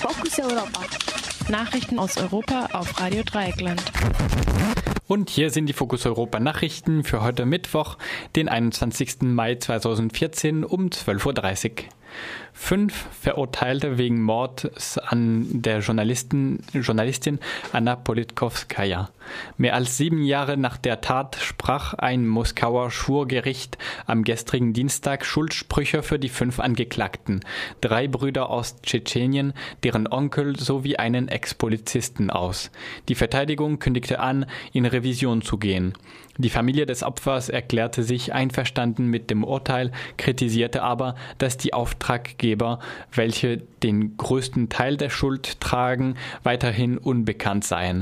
Fokus Europa. Nachrichten aus Europa auf Radio Dreieckland. Und hier sind die Fokus Europa Nachrichten für heute Mittwoch, den 21. Mai 2014 um 12.30 Uhr. 5 Verurteilte wegen Mordes an der Journalistin Anna Politkovskaja. Mehr als 7 Jahre nach der Tat sprach ein Moskauer Schwurgericht am gestrigen Dienstag Schuldsprüche für die 5 Angeklagten, 3 Brüder aus Tschetschenien, deren Onkel sowie einen Ex-Polizisten aus. Die Verteidigung kündigte an, in Revision zu gehen. Die Familie des Opfers erklärte sich einverstanden mit dem Urteil, kritisierte aber, dass die Auftraggeber, welche den größten Teil der Schuld tragen, weiterhin unbekannt seien.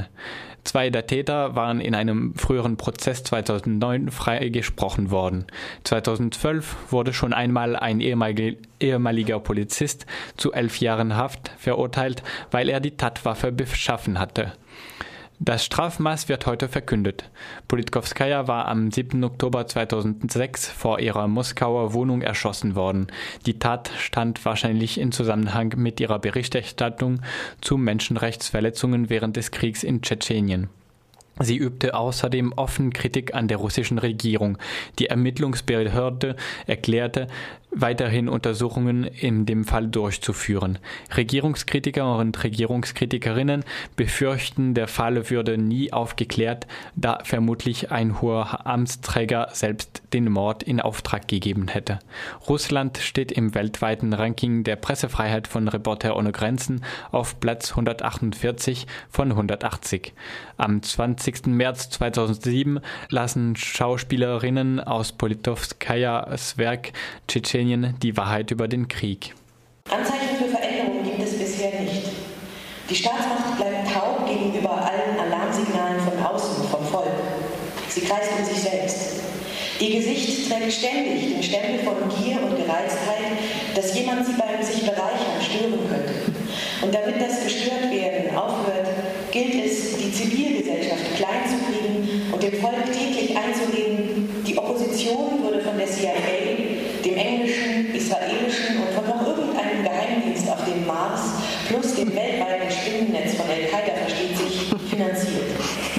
2 der Täter waren in einem früheren Prozess 2009 freigesprochen worden. 2012 wurde schon einmal ein ehemaliger Polizist zu 11 Jahren Haft verurteilt, weil er die Tatwaffe beschaffen hatte. Das Strafmaß wird heute verkündet. Politkovskaja war am 7. Oktober 2006 vor ihrer Moskauer Wohnung erschossen worden. Die Tat stand wahrscheinlich in Zusammenhang mit ihrer Berichterstattung zu Menschenrechtsverletzungen während des Kriegs in Tschetschenien. Sie übte außerdem offen Kritik an der russischen Regierung. Die Ermittlungsbehörde erklärte, weiterhin Untersuchungen in dem Fall durchzuführen. Regierungskritiker und Regierungskritikerinnen befürchten, der Fall würde nie aufgeklärt, da vermutlich ein hoher Amtsträger selbst den Mord in Auftrag gegeben hätte. Russland steht im weltweiten Ranking der Pressefreiheit von Reporter ohne Grenzen auf Platz 148 von 180. Am 20. März 2007 lasen Schauspielerinnen aus Politkovskajas Werk Tschetschenien die Wahrheit über den Krieg. Anzeichen für Veränderungen gibt es bisher nicht. Die Staatsmacht bleibt taub gegenüber allen Alarmsignalen von außen, vom Volk. Sie kreist um sich selbst. Ihr Gesicht trägt ständig den Stempel von Gier und Gereiztheit, dass jemand sie beim sich bereichern stören könnte. Und damit das Gestörtwerden aufhört, gilt es, die Zivilgesellschaft klein zu kriegen und dem Volk täglich einzureden, die Opposition würde von der CIA, dem englischen, israelischen und von noch irgendeinem Geheimdienst auf dem Mars plus dem weltweiten Spinnennetz von Al-Qaida, versteht sich, finanziert.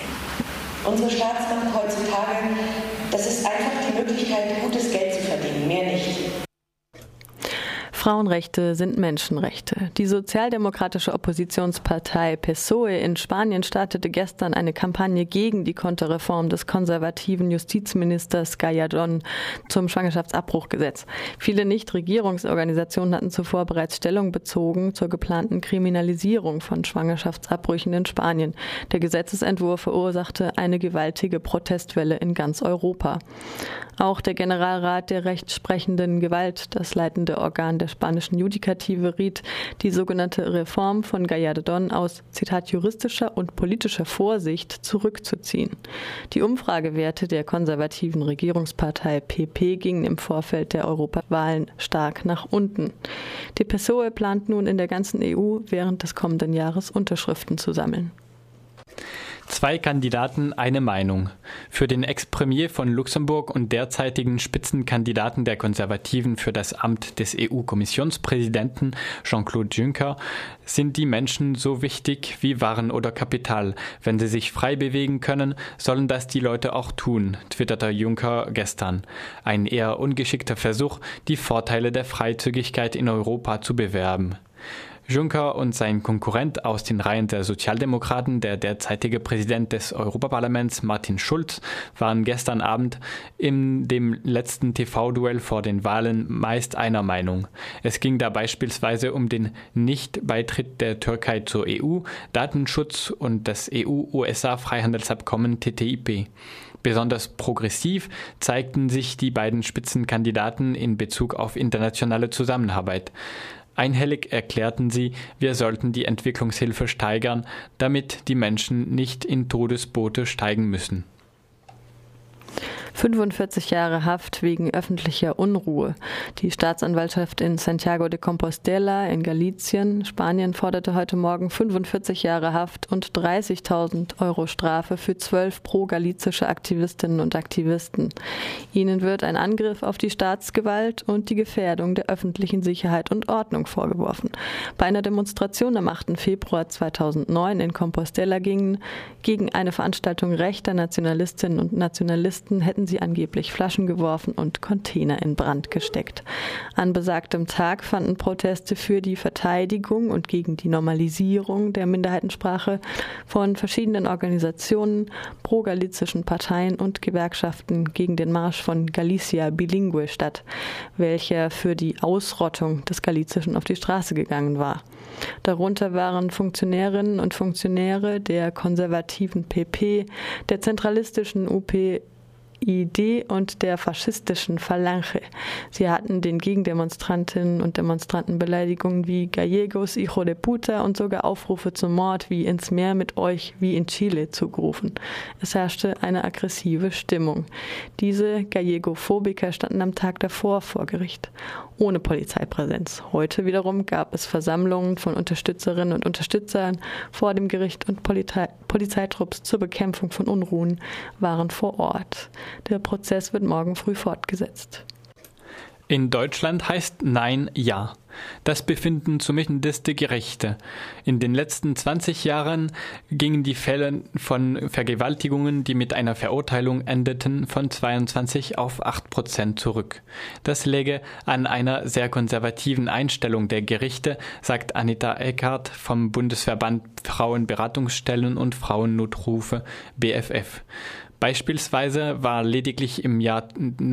Unsere Staatsmacht heutzutage, das ist einfach die Möglichkeit, gutes Geld zu verdienen, mehr nicht. Frauenrechte sind Menschenrechte. Die sozialdemokratische Oppositionspartei PSOE in Spanien startete gestern eine Kampagne gegen die Konterreform des konservativen Justizministers Gallardón zum Schwangerschaftsabbruchgesetz. Viele Nichtregierungsorganisationen hatten zuvor bereits Stellung bezogen zur geplanten Kriminalisierung von Schwangerschaftsabbrüchen in Spanien. Der Gesetzesentwurf verursachte eine gewaltige Protestwelle in ganz Europa. Auch der Generalrat der rechtsprechenden Gewalt, das leitende Organ der spanischen Judikative, riet, die sogenannte Reform von Gallardón aus, Zitat, juristischer und politischer Vorsicht zurückzuziehen. Die Umfragewerte der konservativen Regierungspartei PP gingen im Vorfeld der Europawahlen stark nach unten. Die PSOE plant nun in der ganzen EU während des kommenden Jahres Unterschriften zu sammeln. 2 Kandidaten, eine Meinung. Für den Ex-Premier von Luxemburg und derzeitigen Spitzenkandidaten der Konservativen für das Amt des EU-Kommissionspräsidenten Jean-Claude Juncker sind die Menschen so wichtig wie Waren oder Kapital. Wenn sie sich frei bewegen können, sollen das die Leute auch tun, twitterte Juncker gestern. Ein eher ungeschickter Versuch, die Vorteile der Freizügigkeit in Europa zu bewerben. Juncker und sein Konkurrent aus den Reihen der Sozialdemokraten, der derzeitige Präsident des Europaparlaments Martin Schulz, waren gestern Abend in dem letzten TV-Duell vor den Wahlen meist einer Meinung. Es ging da beispielsweise um den Nicht-Beitritt der Türkei zur EU, Datenschutz und das EU-USA-Freihandelsabkommen TTIP. Besonders progressiv zeigten sich die beiden Spitzenkandidaten in Bezug auf internationale Zusammenarbeit. Einhellig erklärten sie, wir sollten die Entwicklungshilfe steigern, damit die Menschen nicht in Todesboote steigen müssen. 45 Jahre Haft wegen öffentlicher Unruhe. Die Staatsanwaltschaft in Santiago de Compostela in Galicien, Spanien, forderte heute Morgen 45 Jahre Haft und 30.000 Euro Strafe für 12 pro-galizische Aktivistinnen und Aktivisten. Ihnen wird ein Angriff auf die Staatsgewalt und die Gefährdung der öffentlichen Sicherheit und Ordnung vorgeworfen. Bei einer Demonstration am 8. Februar 2009 in Compostela gegen eine Veranstaltung rechter Nationalistinnen und Nationalisten hätten sie angeblich Flaschen geworfen und Container in Brand gesteckt. An besagtem Tag fanden Proteste für die Verteidigung und gegen die Normalisierung der Minderheitensprache von verschiedenen Organisationen, pro-galizischen Parteien und Gewerkschaften gegen den Marsch von Galicia Bilingue statt, welcher für die Ausrottung des Galizischen auf die Straße gegangen war. Darunter waren Funktionärinnen und Funktionäre der konservativen PP, der zentralistischen UPyD und der faschistischen Falange. Sie hatten den Gegendemonstrantinnen und Demonstranten Beleidigungen wie Gallegos, Hijo de Puta und sogar Aufrufe zum Mord wie ins Meer mit euch wie in Chile zugerufen. Es herrschte eine aggressive Stimmung. Diese Gallego-Phobiker standen am Tag davor vor Gericht, ohne Polizeipräsenz. Heute wiederum gab es Versammlungen von Unterstützerinnen und Unterstützern vor dem Gericht und Polizeitrupps zur Bekämpfung von Unruhen waren vor Ort. Der Prozess wird morgen früh fortgesetzt. In Deutschland heißt Nein Ja. Das befinden zumindest die Gerichte. In den letzten 20 Jahren gingen die Fälle von Vergewaltigungen, die mit einer Verurteilung endeten, von 22 auf 8% zurück. Das läge an einer sehr konservativen Einstellung der Gerichte, sagt Anita Eckhardt vom Bundesverband Frauenberatungsstellen und Frauennotrufe BFF. Beispielsweise war lediglich im Jahr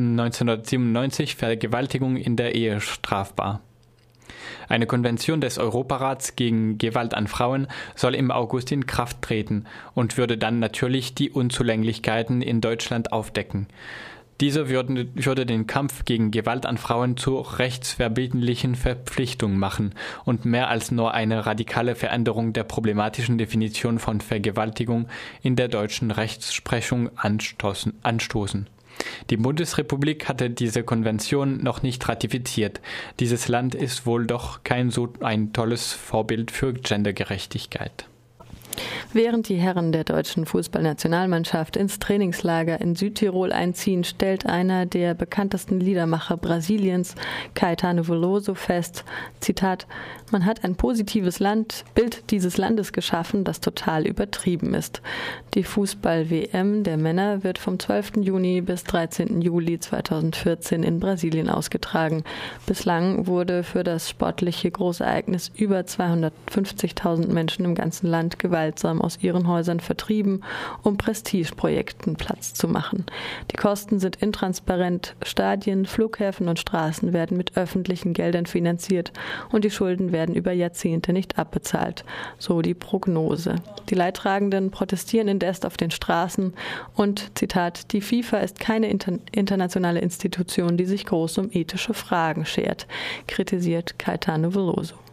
1997 Vergewaltigung in der Ehe strafbar. Eine Konvention des Europarats gegen Gewalt an Frauen soll im August in Kraft treten und würde dann natürlich die Unzulänglichkeiten in Deutschland aufdecken. Diese würde den Kampf gegen Gewalt an Frauen zur rechtsverbindlichen Verpflichtung machen und mehr als nur eine radikale Veränderung der problematischen Definition von Vergewaltigung in der deutschen Rechtsprechung anstoßen. Die Bundesrepublik hatte diese Konvention noch nicht ratifiziert. Dieses Land ist wohl doch kein so ein tolles Vorbild für Gendergerechtigkeit. Während die Herren der deutschen Fußballnationalmannschaft ins Trainingslager in Südtirol einziehen, stellt einer der bekanntesten Liedermacher Brasiliens, Caetano Veloso, fest, Zitat, man hat ein positives Bild dieses Landes geschaffen, das total übertrieben ist. Die Fußball-WM der Männer wird vom 12. Juni bis 13. Juli 2014 in Brasilien ausgetragen. Bislang wurde für das sportliche Großereignis über 250.000 Menschen im ganzen Land gewaltsam aus ihren Häusern vertrieben, um Prestigeprojekten Platz zu machen. Die Kosten sind intransparent, Stadien, Flughäfen und Straßen werden mit öffentlichen Geldern finanziert und die Schulden werden über Jahrzehnte nicht abbezahlt, so die Prognose. Die Leidtragenden protestieren indes auf den Straßen und, Zitat, die FIFA ist keine internationale Institution, die sich groß um ethische Fragen schert, kritisiert Caetano Veloso.